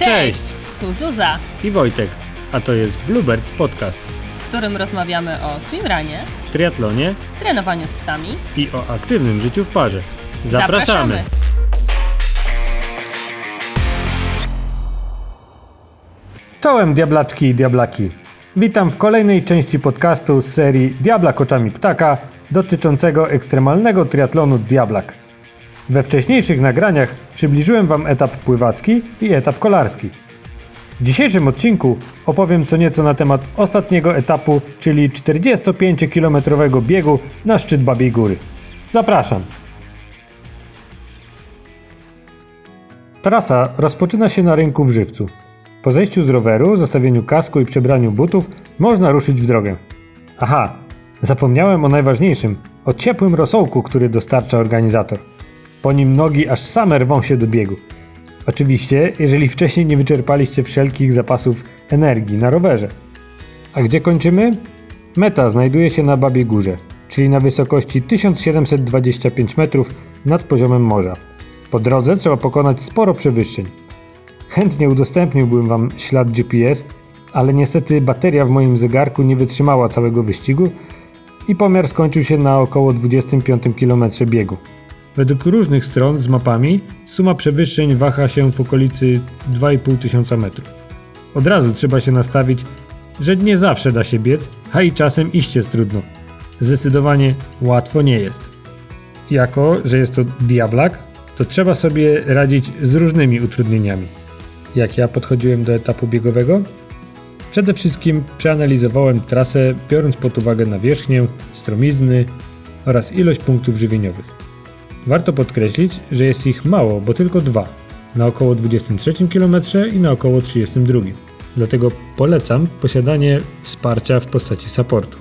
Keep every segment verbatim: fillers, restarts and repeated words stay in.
Cześć! Tu Zuza i Wojtek, a to jest Bluebirds Podcast, w którym rozmawiamy o swimrunie, triatlonie, trenowaniu z psami i o aktywnym życiu w parze. Zapraszamy! Zapraszamy. Czołem diablaczki i diablaki. Witam w kolejnej części podcastu z serii Diablak oczami ptaka dotyczącego ekstremalnego triatlonu Diablak. We wcześniejszych nagraniach przybliżyłem Wam etap pływacki i etap kolarski. W dzisiejszym odcinku opowiem co nieco na temat ostatniego etapu, czyli czterdziestopięciokilometrowego biegu na szczyt Babiej Góry. Zapraszam! Trasa rozpoczyna się na rynku w Żywcu. Po zejściu z roweru, zostawieniu kasku i przebraniu butów można ruszyć w drogę. Aha, zapomniałem o najważniejszym, o ciepłym rosołku, który dostarcza organizator. Po nim nogi aż same rwą się do biegu. Oczywiście, jeżeli wcześniej nie wyczerpaliście wszelkich zapasów energii na rowerze. A gdzie kończymy? Meta znajduje się na Babiej Górze, czyli na wysokości tysiąc siedemset dwadzieścia pięć metrów nad poziomem morza. Po drodze trzeba pokonać sporo przewyższeń. Chętnie udostępniłbym Wam ślad G P S, ale niestety bateria w moim zegarku nie wytrzymała całego wyścigu i pomiar skończył się na około dwudziestym piątym kilometrze biegu. Według różnych stron z mapami suma przewyższeń waha się w okolicy dwa i pół tysiąca metrów. Od razu trzeba się nastawić, że nie zawsze da się biec, a i czasem iść jest trudno. Zdecydowanie łatwo nie jest. Jako, że jest to Diablak, to trzeba sobie radzić z różnymi utrudnieniami. Jak ja podchodziłem do etapu biegowego? Przede wszystkim przeanalizowałem trasę, biorąc pod uwagę nawierzchnię, stromizny oraz ilość punktów żywieniowych. Warto podkreślić, że jest ich mało, bo tylko dwa, na około dwudziestym trzecim kilometrze i na około trzydziestym drugim. Dlatego polecam posiadanie wsparcia w postaci supportu.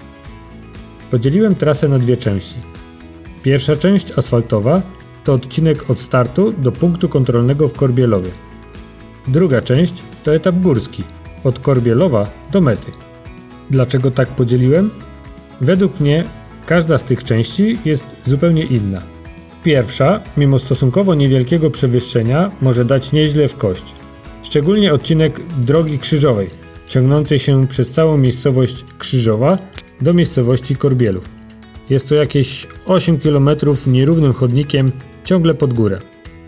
Podzieliłem trasę na dwie części. Pierwsza część, asfaltowa, to odcinek od startu do punktu kontrolnego w Korbielowie. Druga część to etap górski, od Korbielowa do mety. Dlaczego tak podzieliłem? Według mnie każda z tych części jest zupełnie inna. Pierwsza, mimo stosunkowo niewielkiego przewyższenia, może dać nieźle w kość. Szczególnie odcinek drogi krzyżowej, ciągnącej się przez całą miejscowość Krzyżowa do miejscowości Korbielów. Jest to jakieś osiem kilometrów nierównym chodnikiem, ciągle pod górę.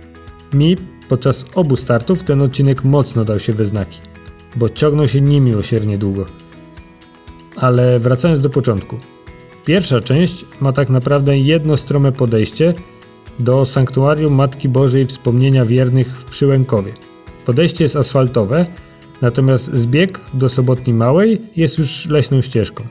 Mi podczas obu startów ten odcinek mocno dał się we znaki, bo ciągnął się niemiłosiernie długo. Ale wracając do początku. Pierwsza część ma tak naprawdę jedno strome podejście do sanktuarium Matki Bożej Wspomnienia Wiernych w Przyłękowie. Podejście jest asfaltowe, natomiast zbieg do Sobotni Małej jest już leśną ścieżką.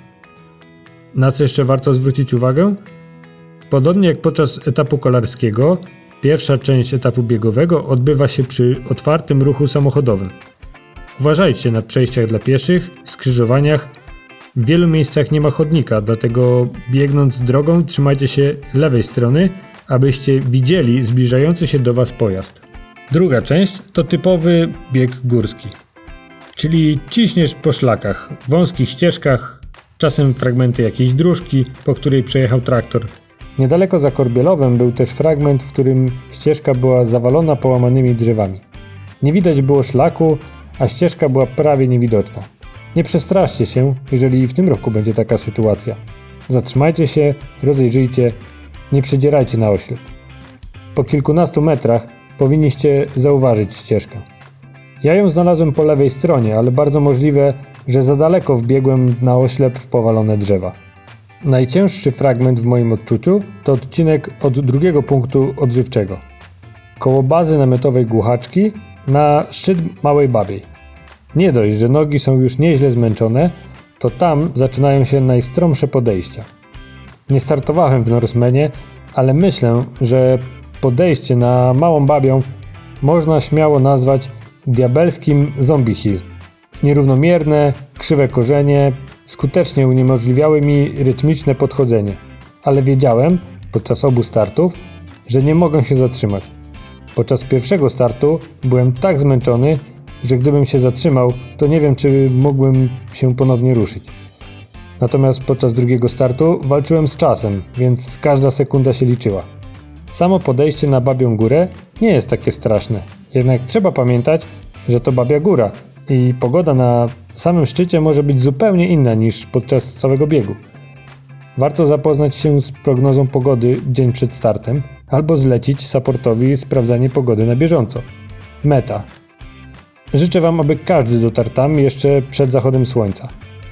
Na co jeszcze warto zwrócić uwagę? Podobnie jak podczas etapu kolarskiego, pierwsza część etapu biegowego odbywa się przy otwartym ruchu samochodowym. Uważajcie na przejściach dla pieszych, skrzyżowaniach. W wielu miejscach nie ma chodnika, dlatego biegnąc drogą trzymajcie się lewej strony, abyście widzieli zbliżający się do Was pojazd. Druga część to typowy bieg górski, czyli ciśniesz po szlakach, wąskich ścieżkach, czasem fragmenty jakiejś dróżki, po której przejechał traktor. Niedaleko za Korbielowem był też fragment, w którym ścieżka była zawalona połamanymi drzewami. Nie widać było szlaku, a ścieżka była prawie niewidoczna. Nie przestraszcie się, jeżeli w tym roku będzie taka sytuacja. Zatrzymajcie się, rozejrzyjcie, nie przedzierajcie na oślep. Po kilkunastu metrach powinniście zauważyć ścieżkę. Ja ją znalazłem po lewej stronie, ale bardzo możliwe, że za daleko wbiegłem na oślep w powalone drzewa. Najcięższy fragment w moim odczuciu to odcinek od drugiego punktu odżywczego. Koło bazy namiotowej Głuchaczki na szczyt Małej Babiej. Nie dość, że nogi są już nieźle zmęczone, to tam zaczynają się najstromsze podejścia. Nie startowałem w Norsemanie, ale myślę, że podejście na Małą Babią można śmiało nazwać diabelskim zombie hill. Nierównomierne, krzywe korzenie skutecznie uniemożliwiały mi rytmiczne podchodzenie, ale wiedziałem podczas obu startów, że nie mogę się zatrzymać. Podczas pierwszego startu byłem tak zmęczony, że gdybym się zatrzymał, to nie wiem, czy mógłbym się ponownie ruszyć. Natomiast podczas drugiego startu walczyłem z czasem, więc każda sekunda się liczyła. Samo podejście na Babią Górę nie jest takie straszne, jednak trzeba pamiętać, że to Babia Góra i pogoda na samym szczycie może być zupełnie inna niż podczas całego biegu. Warto zapoznać się z prognozą pogody dzień przed startem albo zlecić supportowi sprawdzanie pogody na bieżąco. Meta. Życzę Wam, aby każdy dotarł tam jeszcze przed zachodem słońca.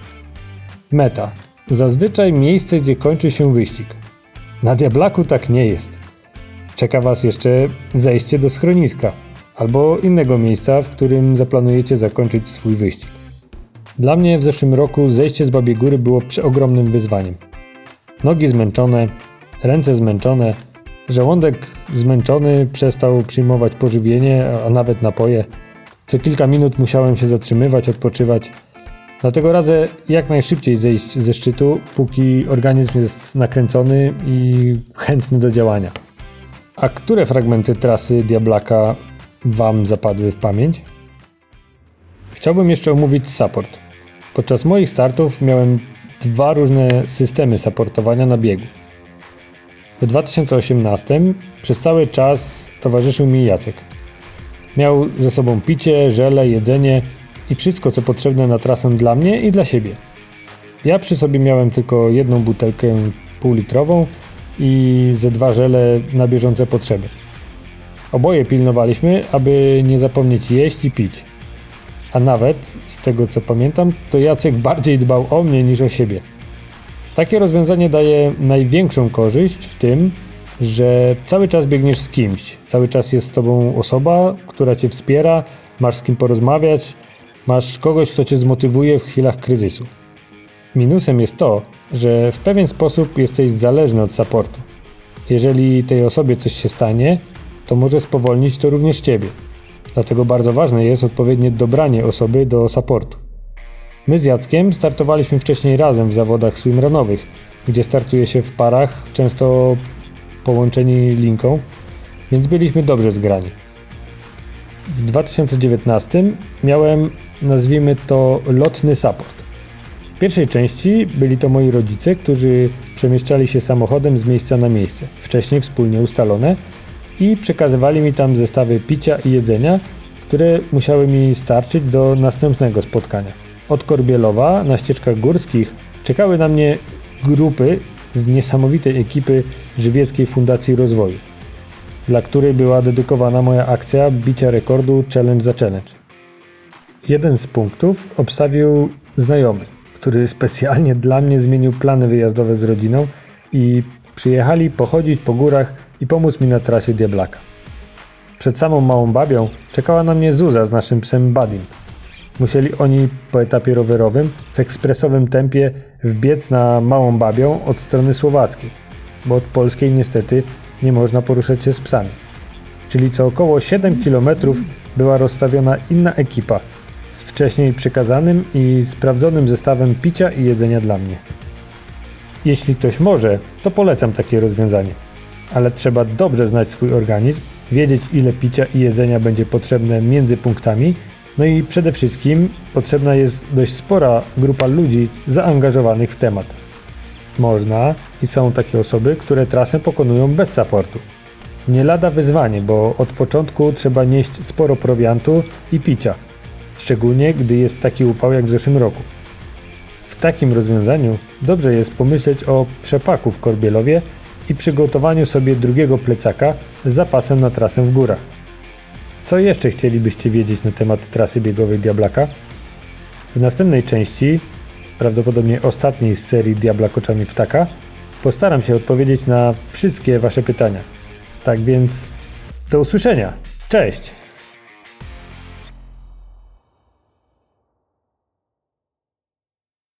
Meta. Zazwyczaj miejsce, gdzie kończy się wyścig. Na Diablaku tak nie jest. Czeka Was jeszcze zejście do schroniska albo innego miejsca, w którym zaplanujecie zakończyć swój wyścig. Dla mnie w zeszłym roku zejście z Babiej Góry było przeogromnym wyzwaniem. Nogi zmęczone, ręce zmęczone, żołądek zmęczony przestał przyjmować pożywienie, a nawet napoje. Co kilka minut musiałem się zatrzymywać, odpoczywać. Dlatego radzę jak najszybciej zejść ze szczytu, póki organizm jest nakręcony i chętny do działania. A które fragmenty trasy Diablaka Wam zapadły w pamięć? Chciałbym jeszcze omówić support. Podczas moich startów miałem dwa różne systemy supportowania na biegu. W dwa tysiące osiemnastym przez cały czas towarzyszył mi Jacek. Miał ze sobą picie, żele, jedzenie i wszystko co potrzebne na trasę dla mnie i dla siebie. Ja przy sobie miałem tylko jedną butelkę półlitrową i ze dwa żele na bieżące potrzeby. Oboje pilnowaliśmy, aby nie zapomnieć jeść i pić. A nawet, z tego co pamiętam, to Jacek bardziej dbał o mnie niż o siebie. Takie rozwiązanie daje największą korzyść w tym, że cały czas biegniesz z kimś, cały czas jest z tobą osoba, która cię wspiera, masz z kim porozmawiać, masz kogoś, kto cię zmotywuje w chwilach kryzysu. Minusem jest to, że w pewien sposób jesteś zależny od supportu. Jeżeli tej osobie coś się stanie, to może spowolnić to również ciebie. Dlatego bardzo ważne jest odpowiednie dobranie osoby do supportu. My z Jackiem startowaliśmy wcześniej razem w zawodach swimrunowych, gdzie startuje się w parach, często połączeni linką, więc byliśmy dobrze zgrani. W dwa tysiące dziewiętnastym miałem, nazwijmy to, lotny support. W pierwszej części byli to moi rodzice, którzy przemieszczali się samochodem z miejsca na miejsce, wcześniej wspólnie ustalone, i przekazywali mi tam zestawy picia i jedzenia, które musiały mi starczyć do następnego spotkania. Od Korbielowa na ścieżkach górskich czekały na mnie grupy z niesamowitej ekipy Żywieckiej Fundacji Rozwoju, dla której była dedykowana moja akcja bicia rekordu challenge za challenge. Jeden z punktów obstawił znajomy, który specjalnie dla mnie zmienił plany wyjazdowe z rodziną i przyjechali pochodzić po górach i pomóc mi na trasie Diablaka. Przed samą Małą Babią czekała na mnie Zuza z naszym psem Badim. Musieli oni po etapie rowerowym w ekspresowym tempie wbiec na Małą Babią od strony słowackiej, bo od polskiej niestety nie można poruszać się z psami. Czyli co około siedem kilometrów była rozstawiona inna ekipa z wcześniej przekazanym i sprawdzonym zestawem picia i jedzenia dla mnie. Jeśli ktoś może, to polecam takie rozwiązanie. Ale trzeba dobrze znać swój organizm, wiedzieć ile picia i jedzenia będzie potrzebne między punktami, no i przede wszystkim potrzebna jest dość spora grupa ludzi zaangażowanych w temat. Można i są takie osoby, które trasę pokonują bez supportu. Nie lada wyzwanie, bo od początku trzeba nieść sporo prowiantu i picia, szczególnie gdy jest taki upał jak w zeszłym roku. W takim rozwiązaniu dobrze jest pomyśleć o przepaku w Korbielowie i przygotowaniu sobie drugiego plecaka z zapasem na trasę w górach. Co jeszcze chcielibyście wiedzieć na temat trasy biegowej Diablaka? W następnej części, prawdopodobnie ostatniej z serii Diablak oczami ptaka, postaram się odpowiedzieć na wszystkie Wasze pytania. Tak więc do usłyszenia. Cześć!